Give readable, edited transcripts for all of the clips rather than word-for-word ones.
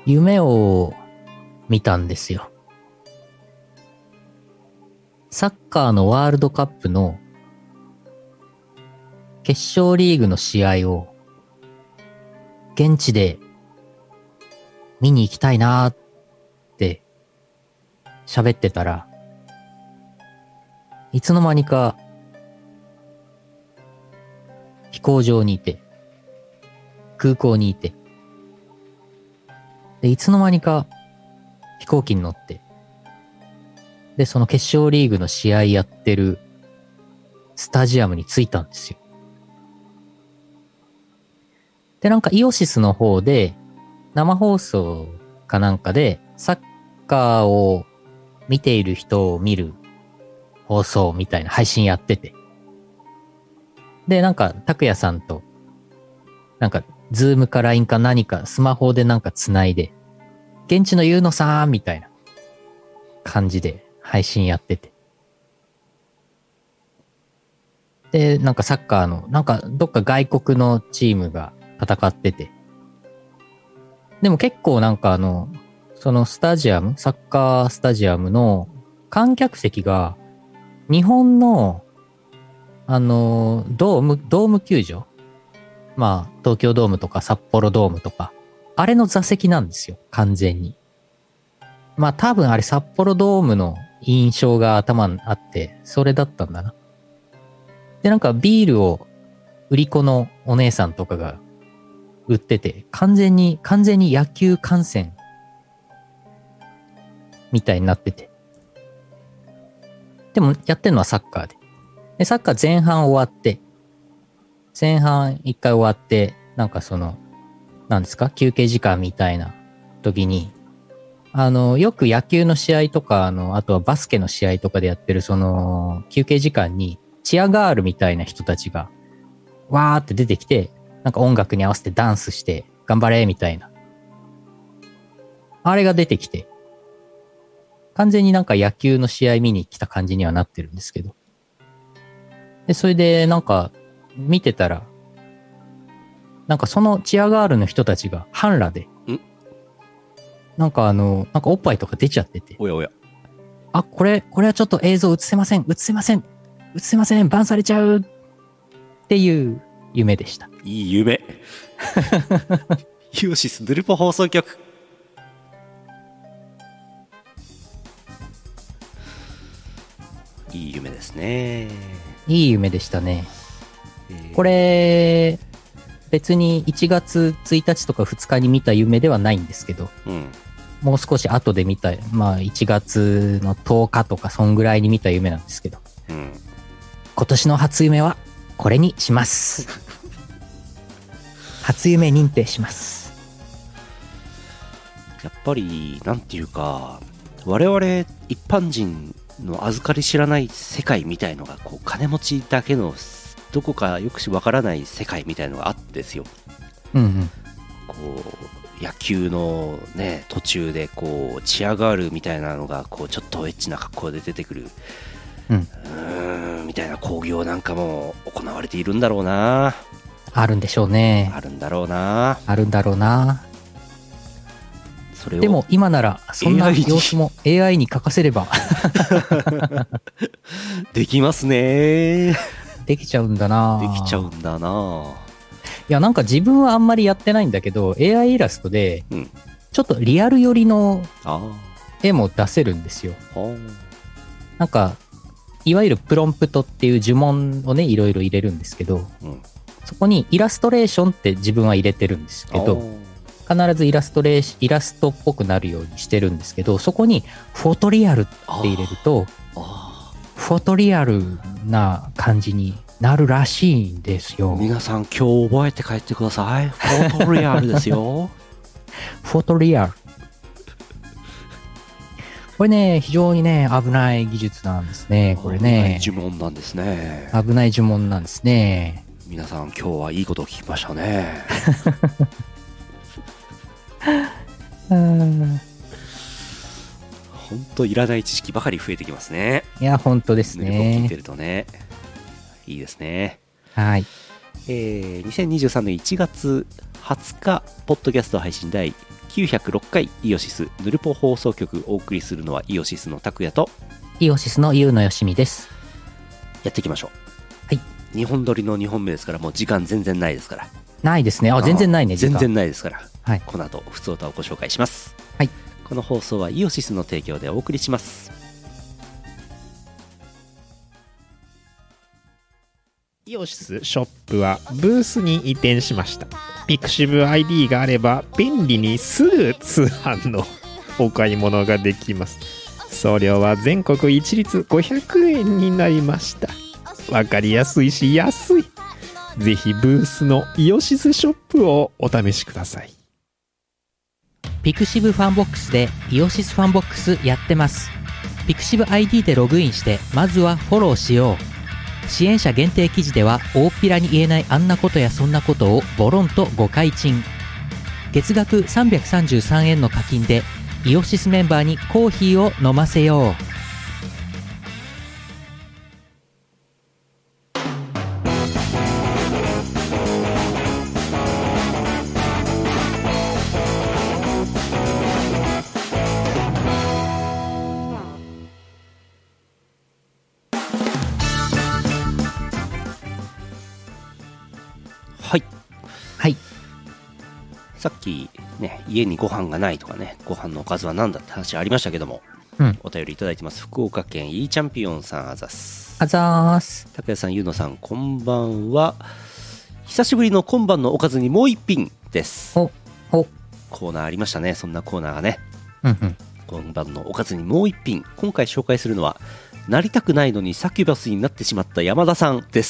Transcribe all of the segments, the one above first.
夢を見たんですよ。サッカーのワールドカップの決勝リーグの試合を現地で見に行きたいなーって喋ってたら、いつの間にか飛行場にいて、空港にいて、で、いつの間にか飛行機に乗って、で、その決勝リーグの試合やってるスタジアムに着いたんですよ。で、なんかイオシスの方で生放送かなんかでサッカーを見ている人を見る放送みたいな配信やってて。で、なんか拓也さんとなんかズームか LINE か何かスマホでなんか繋いで、現地のゆうのさんみたいな感じで配信やってて。で、なんかサッカーの、なんかどっか外国のチームが戦ってて。でも結構なんかそのスタジアム、サッカースタジアムの観客席が日本のドーム球場、まあ東京ドームとか札幌ドームとか、あれの座席なんですよ、完全に。まあ多分あれ札幌ドームの印象が頭にあって、それだったんだな。で、なんかビールを売り子のお姉さんとかが売ってて、完全に野球観戦みたいになってて。でもやってるのはサッカーで。で、サッカー前半終わって、前半一回終わって、なんかなんですか、休憩時間みたいな時に、よく野球の試合とか、あとはバスケの試合とかでやってる休憩時間に、チアガールみたいな人たちが、わーって出てきて、なんか音楽に合わせてダンスして、頑張れみたいな。あれが出てきて、完全になんか野球の試合見に来た感じにはなってるんですけど。で、それでなんか見てたら、なんかそのチアガールの人たちが半裸で、なんかなんかおっぱいとか出ちゃってて。 おやおや。 あ、これはちょっと映像映せません、バンされちゃうっていう夢でした。 いい夢。イオシスヌルポ放送局。いい夢ですね。 いい夢でしたね。これ、別に1月1日とか2日に見た夢ではないんですけど、もう少し後で見た、まあ1月の10日とかそんぐらいに見た夢なんですけど、今年の初夢はこれにします。初夢認定します。 やっぱりなんていうか、我々一般人の預かり知らない世界みたいのが、こう金持ちだけのどこかよくわからない世界みたいのがあってですよ。こう野球のね途中でこうチアガールみたいなのがこうちょっとエッチな格好で出てくる、みたいな興行なんかも行われているんだろうな。 あるんでしょうね。 あるんだろうな。 あるんだろうな。 それをでも今ならそんな様子も AI に書かせればできますね。 できちゃうんだな。 できちゃうんだな。 いや、なんか自分はあんまりやってないんだけど、AI イラストでちょっとリアル寄りの絵も出せるんですよ。なんかいわゆるプロンプトっていう呪文をね、いろいろ入れるんですけど、そこにイラストレーションって自分は入れてるんですけど、必ずイラストっぽくなるようにしてるんですけど、そこにフォトリアルって入れると、フォトリアルな感じになるらしいんですよ。 皆さん今日覚えて帰ってください。フォトリアルですよ。 フォトリアル。これね、非常にね、危ない技術なんですね。これね。 危ない呪文なんですね。 危ない呪文なんですね。 皆さん今日はいいことを聞きましたね。本当いらない知識ばかり増えてきますね。 いや、本当ですね。 聞いてるとね、いいですね。 はい。 2023年1月20日ポッドキャスト配信第 906回イオシスヌルポ放送局、お送りするのはイオシスの拓也とイオシスのゆうのよしみです。 やっていきましょう。 はい。 2本撮りの2本目ですから、もう時間全然ないですから。 ないですね。全然ないね。 全然ないですから、 はい、 この後ふつおたをご紹介します。 はい。 この放送はイオシスの提供でお送りします。 イオシスショップはブースに移転しました。ピクシブ ID があれば便利にすぐ通販のお買い物ができます。送料は全国一律500円になりました。わかりやすいし安い。ぜひブースのイオシスショップをお試しください。 ピクシブファンボックスでイオシスファンボックスやってます。ピクシブ ID でログインしてまずはフォローしよう。支援者限定記事では大っぴらに言えないあんなことやそんなことをボロンと誤解賃。月額333円の課金でイオシスメンバーにコーヒーを飲ませよう。 はいはい。 さっきね、家にご飯がないとかね、ご飯のおかずは何だって話ありましたけども、お便りいただいてます。福岡県いいチャンピオンさん、あざす。 あざーす。 拓也さん、ゆうのさん、こんばんは。久しぶりの今晩のおかずにもう一品です。 コーナーありましたね、そんなコーナーがね。 うん今晩のおかずにもう一品。今回紹介するのは、なりたくないのにサキュバスになってしまった山田さんです。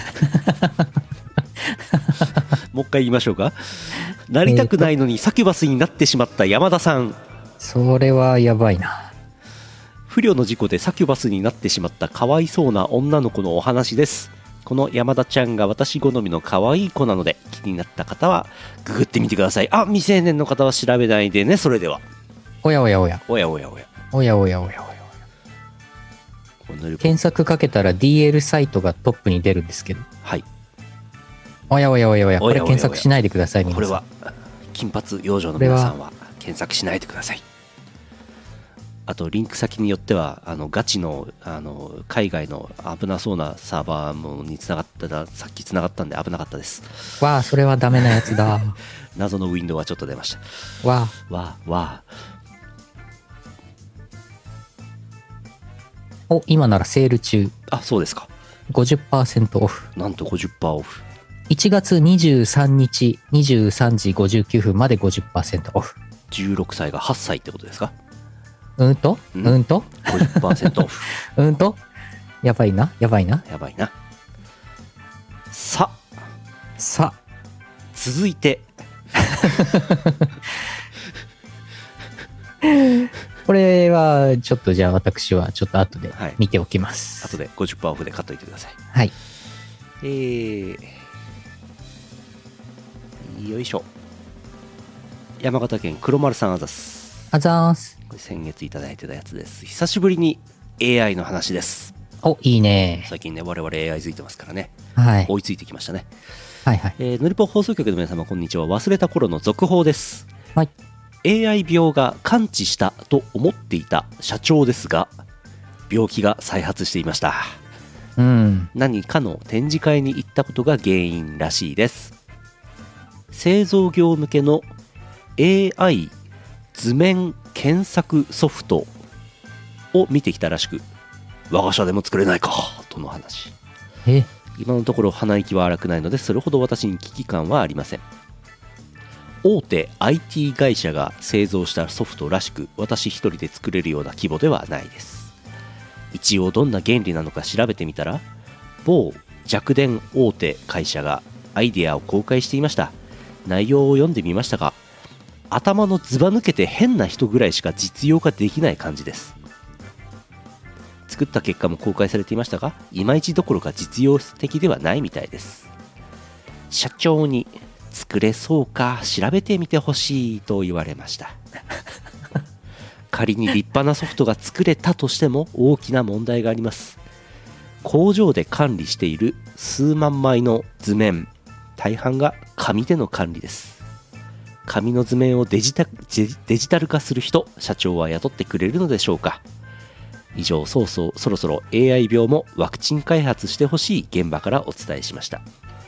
もう一回言いましょうか。なりたくないのにサキュバスになってしまった山田さん。 それはやばいな。 不慮の事故でサキュバスになってしまったかわいそうな女の子のお話です。この山田ちゃんが私好みのかわいい子なので、気になった方はググってみてください。あ、未成年の方は調べないでね。それではおやおやおやおやおやおやおやおやおやおや。検索かけたら DL サイトがトップに出るんですけど、 はい、 おやおやおやおや、これ検索しないでください。皆さん、 これは金髪養生の皆さんは検索しないでください。あとリンク先によってはガチの海外の危なそうなサーバーもにつながったら、さっきつながったんで危なかったです。 わあ、それはダメなやつだ。 謎のウィンドウはちょっと出ました。 わあお、今ならセール中。 あ、そうですか。 50% オフ。 なんと 50% オフ。 1月23日23時59分まで 50% オフ。 16歳が8歳ってことですか。 50% オフ。 やばいな。 さ続いてこれはちょっと、じゃあ私はちょっと後で見ておきます。 後で 50% オフで買っといてください。 はい。 よいしょ。山形県黒丸さん、あざす。 あざーす。 これ先月いただいてたやつです。久しぶりに AI の話です。 お、いいね。 最近ね、我々 AI ついてますからね。 はい。 追いついてきましたね。 はいはい。 ヌルポ放送局の皆様、こんにちは。忘れた頃の続報です。 はい。 AI 病が完治したと思っていた社長ですが、病気が再発していました。何かの展示会に行ったことが原因らしいです。製造業向けの AI 図面検索ソフトを見てきたらしく、我が社でも作れないかとの話。今のところ鼻息は荒くないので、それほど私に危機感はありません。大手 IT 会社が製造したソフトらしく、私一人で作れるような規模ではないです。一応どんな原理なのか調べてみたら、某弱電大手会社がアイデアを公開していました。内容を読んでみましたが、頭のずば抜けて変な人ぐらいしか実用化できない感じです。作った結果も公開されていましたが、いまいちどころか実用的ではないみたいです。社長に作れそうか調べてみてほしいと言われました。仮に立派なソフトが作れたとしても大きな問題があります。工場で管理している数万枚の図面、大半が紙での管理です。 紙の図面をデジタル化する人、社長は雇ってくれるのでしょうか。以上、そろそろ AI 病もワクチン開発してほしい現場からお伝えしました。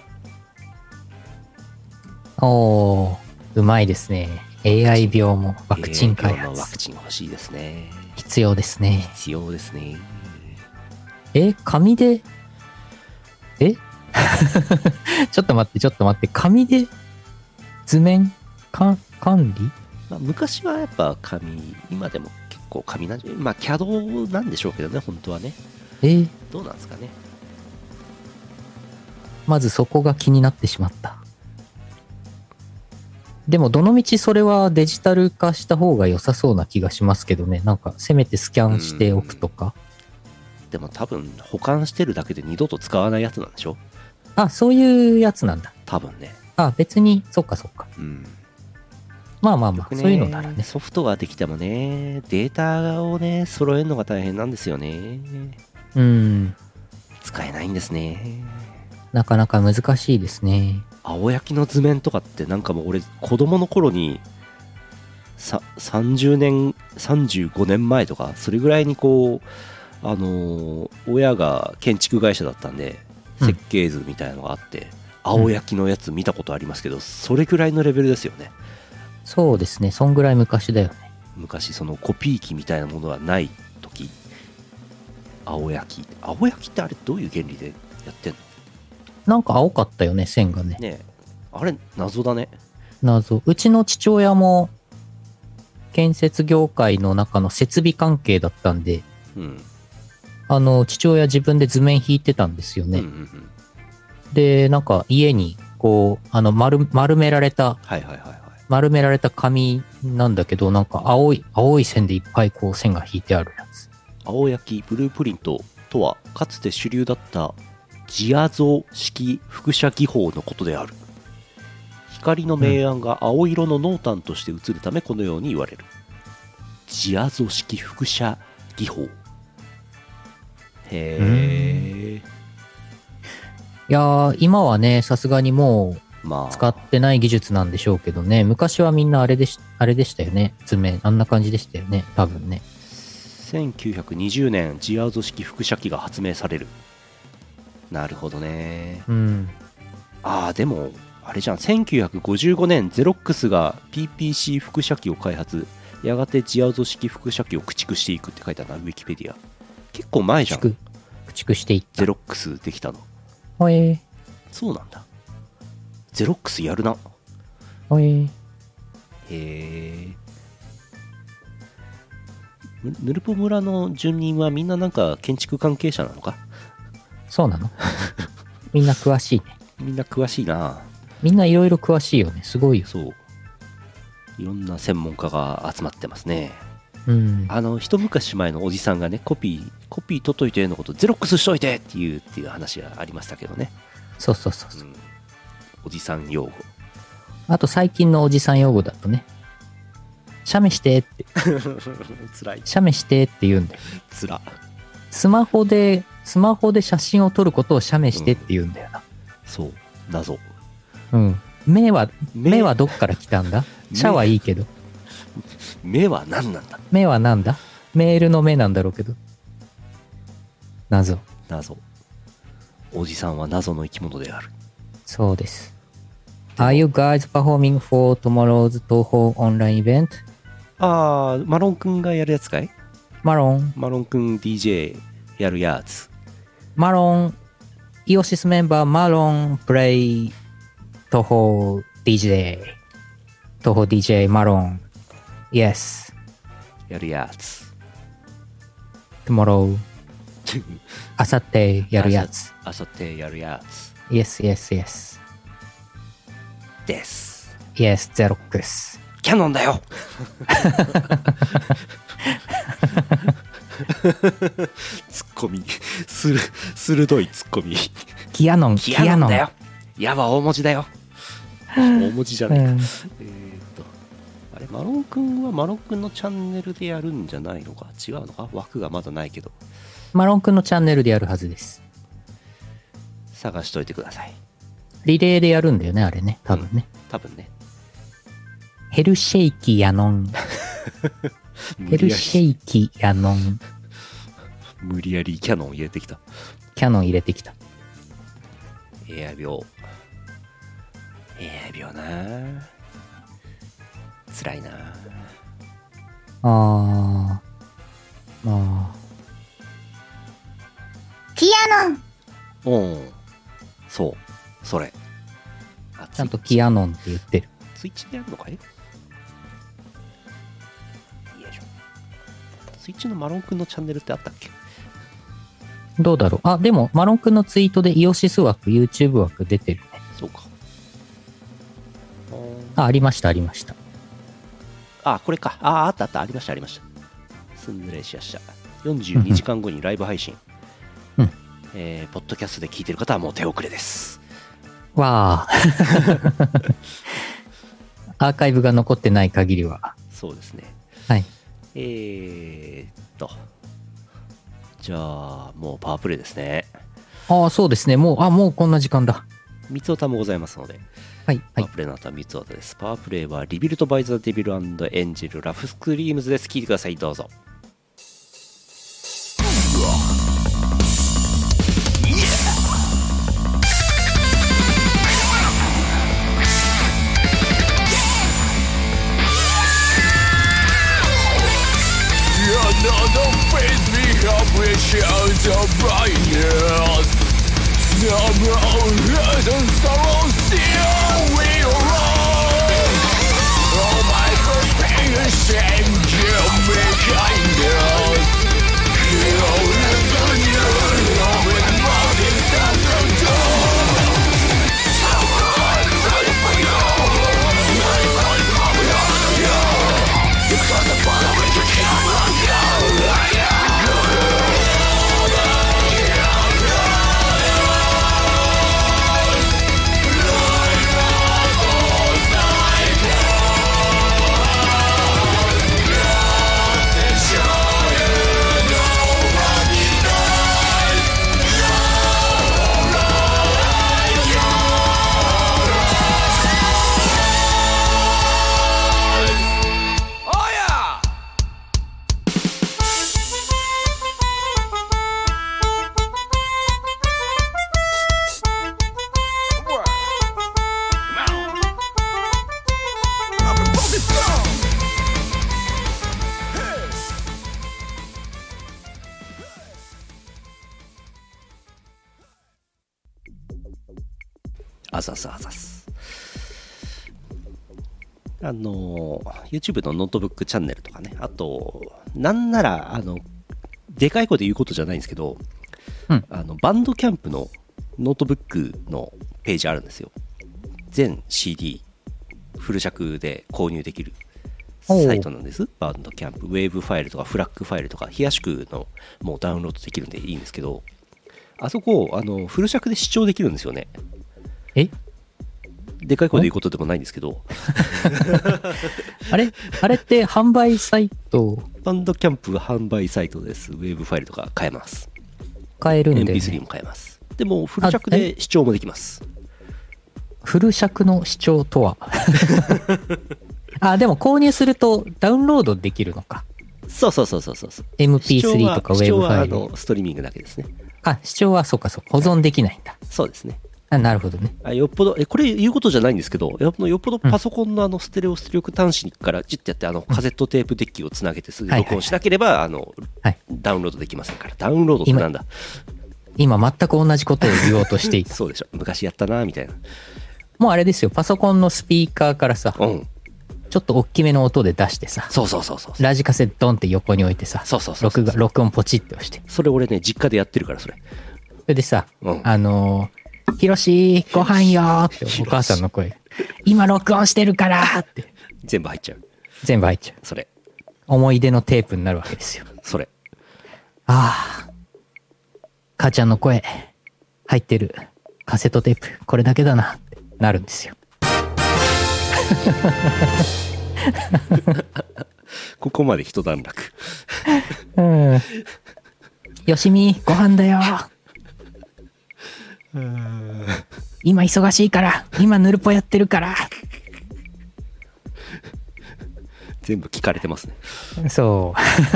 おー、うまいですね。AI 病もワクチン開 AI 病のワ発クチン欲しいですね。 必要ですね。 必要ですね。 紙でちょっと待って、紙で図面管理。 まあ、昔はやっぱ紙、今でも結構紙なんじゃ、まあ CAD なんでしょうけどね、本当はね。どうなんですかね。 まずそこが気になってしまった。でもどのみちそれはデジタル化した方が良さそうな気がしますけどね。なんかせめてスキャンしておくとか。 でも多分保管してるだけで二度と使わないやつなんでしょ。 あ、そういうやつなんだ。 多分ね。 あ、別に、そっか。 うん。 まあ、 ね、 そういうのならね。 ソフトができてもね、データをね、揃えるのが大変なんですよね。使えないんですね。 なかなか難しいですね。 青焼きの図面とかってなんかもう俺、子供の頃に、30年、35年前とか、それぐらいにこう、親が建築会社だったんで、設計図みたいなのがあって、青焼きのやつ見たことありますけど、それぐらいのレベルですよね。 そうですね。そんぐらい昔だよね。 昔そのコピー機みたいなものがない時、青焼きってあれどういう原理でやってんの？ なんか青かったよね、線がね。 ねえ、あれ謎だね。 謎。うちの父親も建設業界の中の設備関係だったんで、父親自分で図面引いてたんですよね。で、なんか家にこう丸められた紙なんだけど、なんか青い線でいっぱいこう線が引いてあるやつ。 青焼きブループリントとはかつて主流だったジアゾ式輻射技法のことである。光の明暗が青色の濃淡として映るためこのように言われる。ジアゾ式輻射技法。へえ。 いやー、今はね、さすがにもう使ってない技術なんでしょうけどね、昔はみんなあれでしたよね。図面、あんな感じでしたよね、多分ね。 1920年、ジアーゾ式輻射機が発明される。なるほどね。でも、あれじゃん、1955年、ゼロックスが PPC 輻射機を開発。やがてジアーゾ式輻射機を駆逐していくって書いてあるな、ウィキペディア。結構前じゃん。 駆逐していった。 ゼロックスできたの。そうなんだ。ゼロックスやるな。へえ。ヌルポ村の住人はみんななんか建築関係者なのか？ そうなの？みんな詳しいね。 みんな詳しいな。 みんないろいろ詳しいよね。すごいよ。 そう。いろんな専門家が集まってますね。一昔前のおじさんがね、コピー取っといてのことゼロックスしといてっていう話がありましたけどね。 そう、 おじさん用語。 あと最近のおじさん用語だとね、写メしてって辛い。 写メしてって言うんだよ。 辛。 スマホで写真を撮ることを写メしてって言うんだよな。 そう謎。 目はどっから来たんだ？写はいいけど目は何なんだ？ 目はなんだ？メールの目なんだろうけど。謎。 おじさんは謎の生き物である。 そうです。Are you guys performing for tomorrow's Toho online event? マロンくんがやるやつかい？マロンくん DJ やるやつ。 マロン、イオシスメンバーマロンプレイToho DJ マロン Yes やるやつ。 Tomorrow あさってやるやつ。 あさってやるやつ。 Yes です。 Yes ゼロックスキャノンだよツッコミ鋭いツッコミ。 キアノンだよ。やは大文字だよ。大文字じゃないか。あれ、マロンくんはマロンくんのチャンネルでやるんじゃないのか？違うのか？枠がまだないけど。 マロンくんのチャンネルでやるはずです。 探しといてください。 リレーでやるんだよね、あれね。多分ね。 ヘルシェイキやのん。ヘルシェイキやのん。 無理やりキャノン入れてきた。 キャノン入れてきた。 エア病。エア病な。辛いな。 あピアノン。 うん。そう。それ。あ、 ちゃんとキアノンって言ってる。 ツイッチでやるのかい？よいしょ。ツイッチのマロンくんのチャンネルってあったっけ？ どうだろう。あ、でも、マロンくんのツイートでイオシス枠、YouTube 枠出てるね。 そうか。 あ、ありました、ありました。 あ、これか。あった、ありました、ありました。スンズレシアした。42時間後にライブ配信。 うん。 ポッドキャストで聞いてる方はもう手遅れです。 わあ。アーカイブが残ってない限りは。 そうですね。 はい。 じゃあ、もうパワープレイですね。 ああ、そうですね。もうこんな時間だ。 三つおたもございますので。 はい、はいパワー。プレイの後は三つおたです。パワープレイはリビルトバイザーデビル&エンジェルラフスクリームズです。聞いてください、どうぞ。 Another face we have wishes of brightness. Number of hurt and sorrow still we run. Oh my God, pain and shame give me kindness. You listen, you know it must be something to because the bottom of your camera.あざすあざす。YouTube のノートブックチャンネルとかね、あと、なんなら、でかい声で言うことじゃないんですけど、 うん、 バンドキャンプのノートブックのページあるんですよ。全 CD、フル尺で購入できるサイトなんです。バンドキャンプ、ウェーブファイルとかフラッグファイルとか、冷やしくのもうダウンロードできるんでいいんですけど、あそこ、フル尺で視聴できるんですよね。 えでかい声で言うことでもないんですけどあれって販売サイト？ バンドキャンプ販売サイトです。ウェーブファイルとか買えます。 買えるんで、ね、 MP3 も買えます。でもフル尺で視聴もできます。 フル尺の視聴とはあ、でも購入するとダウンロードできるのか。 そう MP3 とかウェーブファイル。 視聴はストリーミングだけですね。 あ、視聴はそうか、保存できないんだ。 そうですね。 あ、なるほどね。 よっぽどこれ言うことじゃないんですけど、よっぽどパソコンのステレオ出力端子からジッてやってカセットテープデッキをつなげてすぐ録音しなければダウンロードできませんから。ダウンロードってなんだ。 今全く同じことを言おうとしていた。 そうでしょ。昔やったなみたいな。 もうあれですよ、パソコンのスピーカーからさ、 うん、 ちょっと大きめの音で出してさ、 そうラジカセドンって横に置いてさ、録音ポチって押して。 それ俺ね、実家でやってるから、それでさ、ひろしご飯よーってお母さんの声、今録音してるからーって全部入っちゃう。それ思い出のテープになるわけですよ。 それああ、母ちゃんの声入ってるカセットテープこれだけだなってなるんですよ。 ここまで一段落。 よしみご飯だよ。今忙しいから、今ヌルポやってるから。 全部聞かれてますね。 そ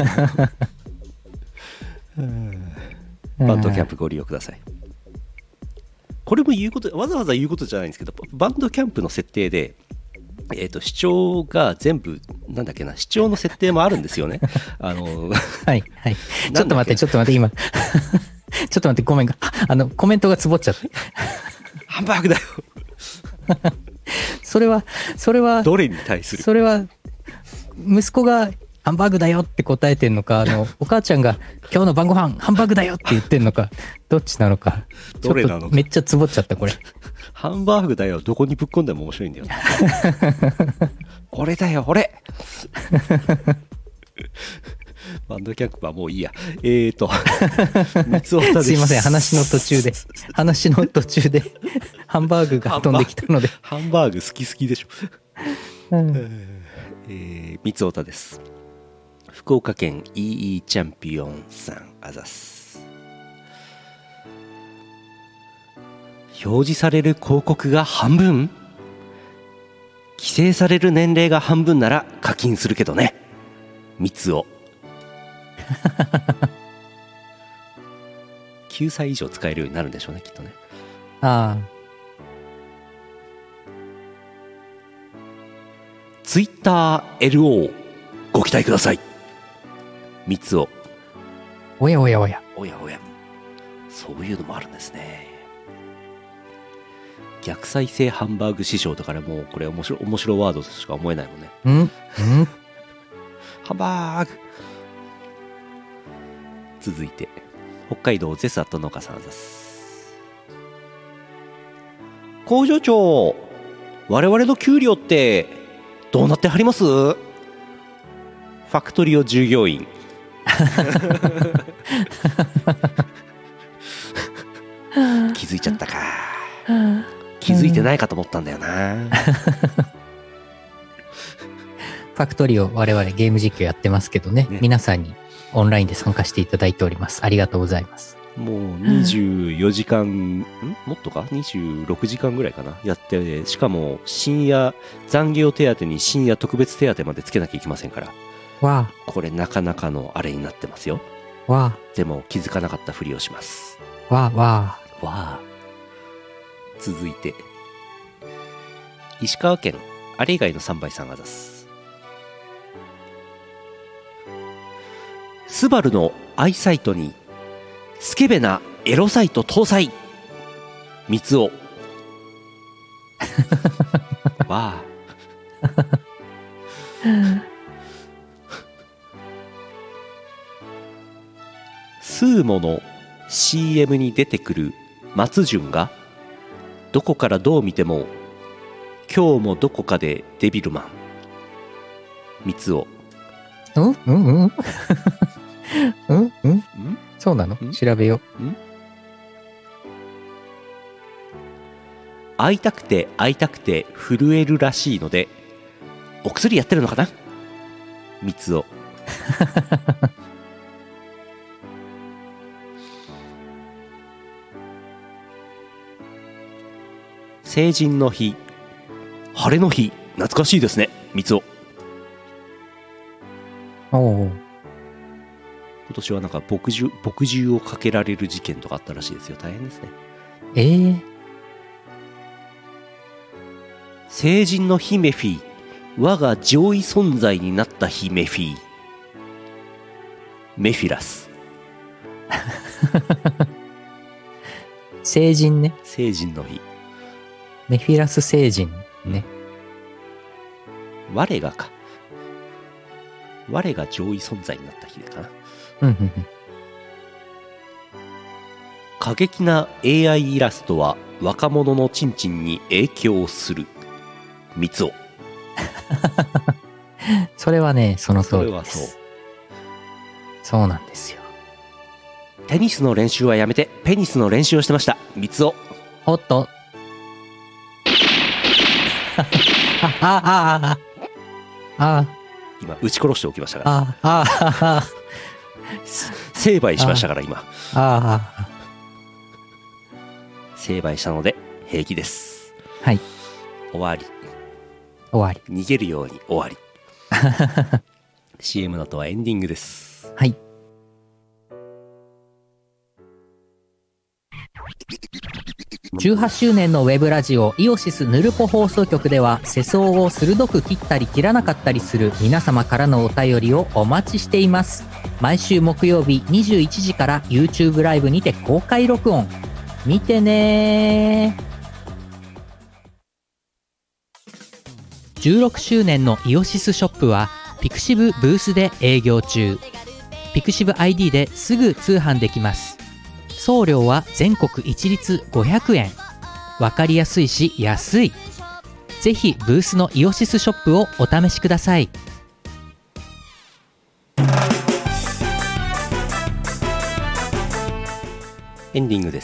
バンドキャンプご利用ください。これもわざわざ言うことじゃないんですけど、バンドキャンプの設定で、視聴が全部、なんだっけな、視聴の設定もあるんですよね。 はいはい。ちょっと待って、今。ちょっと待って、ごめん。コメントがつぼっちゃって。 ハンバーグだよ。 それは、 どれに対する？ それは、息子がハンバーグだよって答えてんのか、お母ちゃんが今日の晩ご飯ハンバーグだよって言ってんのか、どっちなのか。 どれなのかちょっとめっちゃつぼっちゃった、これ。 ハンバーグだよ、どこにぶっ込んでも面白いんだよね。俺だよ、俺。バンドキャンプはもういいや。三つおたです。 すいません、話の途中でハンバーグが飛んできたので。 ハンバーグ好きでしょ。三つおたです。福岡県 EE チャンピオンさん、あざす。表示される広告が半分？規制される年齢が半分なら課金するけどね。三つお。9歳以上使えるようになるんでしょうね、きっとね。 ああ。 ツイッター LO ご期待ください。三つお。 おや。 おやおや。そういうのもあるんですね。逆再生ハンバーグ師匠だからもうこれ面白ワードとしか思えないもんね。ハンバーグ。続いて北海道ゼスアット農家さんです。工場長、我々の給料ってどうなってはります？ファクトリオ従業員。気づいちゃったか。気づいてないかと思ったんだよな。 ファクトリオ、我々ゲーム実況やってますけどね、皆さんにオンラインで参加していただいております。ありがとうございます。 もう24時間、もっとか ?26 時間ぐらいかなやって、しかも深夜、残業手当に深夜特別手当までつけなきゃいけませんから。 わあ。 これなかなかのあれになってますよ。 わあ。 でも気づかなかったふりをします。 わあ、わあ。 わあ。続いて、石川県、あれ以外の3倍さんが出す。スバルのアイサイトにスケベなエロサイト搭載。三つお。わあ。スーモの CM に出てくる松潤がどこからどう見ても今日もどこかでデビルマン。三つお。 そうなの？調べよう。 会いたくて震えるらしいのでお薬やってるのかな。三つお。成人の日、晴れの日、懐かしいですね。三つお。今年はなんか墨汁をかけられる事件とかあったらしいですよ。大変ですね。成人の日メフィー、我が上位存在になった日メフィー、メフィラス。 成人ね。 成人の日。 メフィラス星人ね。 我がか。我が上位存在になった日かな。過激な AI イラストは若者のチンチンに影響する。三つお。 それはね、その通りです。 それはそう。 そうなんですよ。 テニスの練習はやめてペニスの練習をしてました。三つお。 おっと。 今撃ち殺しておきましたから。成敗しましたから今。成敗したので平気です。 はい。 終わり。 終わり。 逃げるように終わり。 CM の後はエンディングです。 はい。18周年のウェブラジオイオシスヌルポ放送局では、世相を鋭く切ったり切らなかったりする皆様からのお便りをお待ちしています。毎週木曜日21時から YouTube ライブにて公開録音。見てねー。16周年のイオシスショップはピクシブブースで営業中。ピクシブ ID ですぐ通販できます。送料は全国一律500円。わかりやすいし安い。ぜひブースのイオシスショップをお試しください。 エンディングです。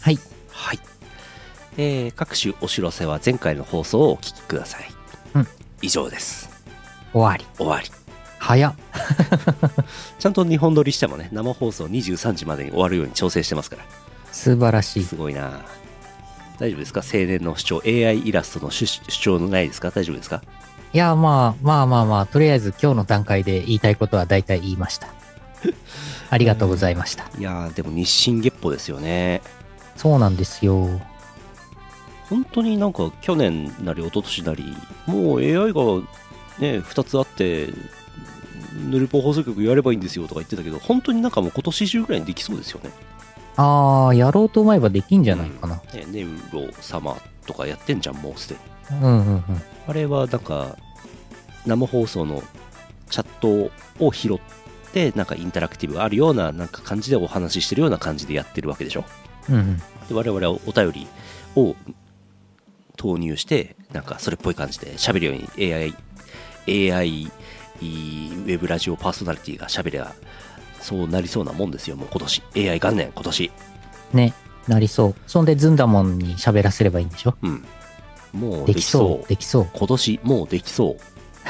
はい。 はい。各種お知らせは前回の放送をお聞きください。 うん。 以上です。 終わり。 終わり。 早っ。 ちゃんと2本撮りしてもね、生放送23時までに終わるように調整してますから。 素晴らしい。 すごいな。大丈夫ですか？青年の主張、AI イラストの主張のないですか？大丈夫ですか？ いや、まあ、とりあえず今日の段階で言いたいことは大体言いました。ありがとうございました。 いやー、でも日進月歩ですよね。 そうなんですよ。 本当になんか去年なり一昨年なり、もう AI がね、2つあって、ヌルポ放送局やればいいんですよとか言ってたけど、本当になんかもう今年中ぐらいにできそうですよね。 やろうと思えばできんじゃないかな。 ネウロ様とかやってんじゃん、もうすでに。あれはなんか生放送のチャットを拾ってなんかインタラクティブがあるようななんか感じでお話ししてるような感じでやってるわけでしょ。で我々はお便りを投入してなんかそれっぽい感じで喋るように AI ウェブラジオパーソナリティが喋りゃそうなりそうなもんですよ。もう今年 AI 元年今年ね、なりそう。そんでズンダモンに喋らせればいいんでしょ。 もうできそう。 できそう。 今年もうできそう。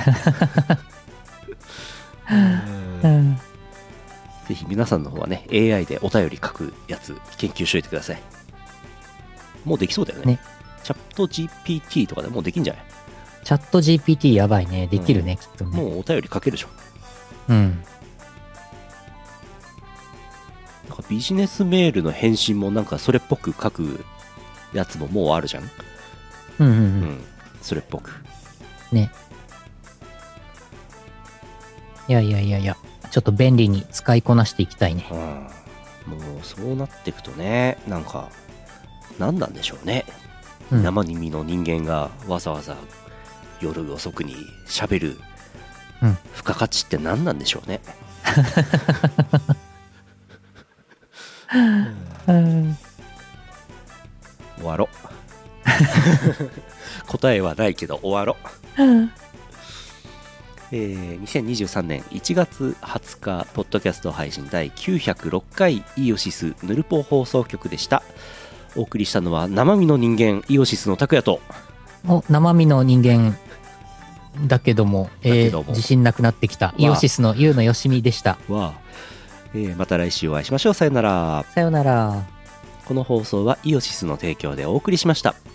ぜひ皆さんの方はね AI でお便り書くやつ研究しといてください。もうできそうだよね。チャット GPT とかでもうできんじゃない？ チャット GPT やばいね。できるね、きっとね。 もうお便り書けるでしょ。 なんかビジネスメールの返信もなんかそれっぽく書くやつももうあるじゃん。それっぽくね。いやちょっと便利に使いこなしていきたいね。 もうそうなっていくとね、なんか何なんでしょうね。生身の人間がわざわざ夜遅くに喋る付加価値って何なんでしょうね。終わろ。答えはないけど終わろ。2023年1月20日ポッドキャスト配信第906回イオシスヌルポ放送局でした。お送りしたのは生身の人間イオシスの拓也と生身の人間だけども、自信なくなってきたイオシスのユウのよしみでした。 また来週お会いしましょう。さよなら。 さよなら。 この放送はイオシスの提供でお送りしました。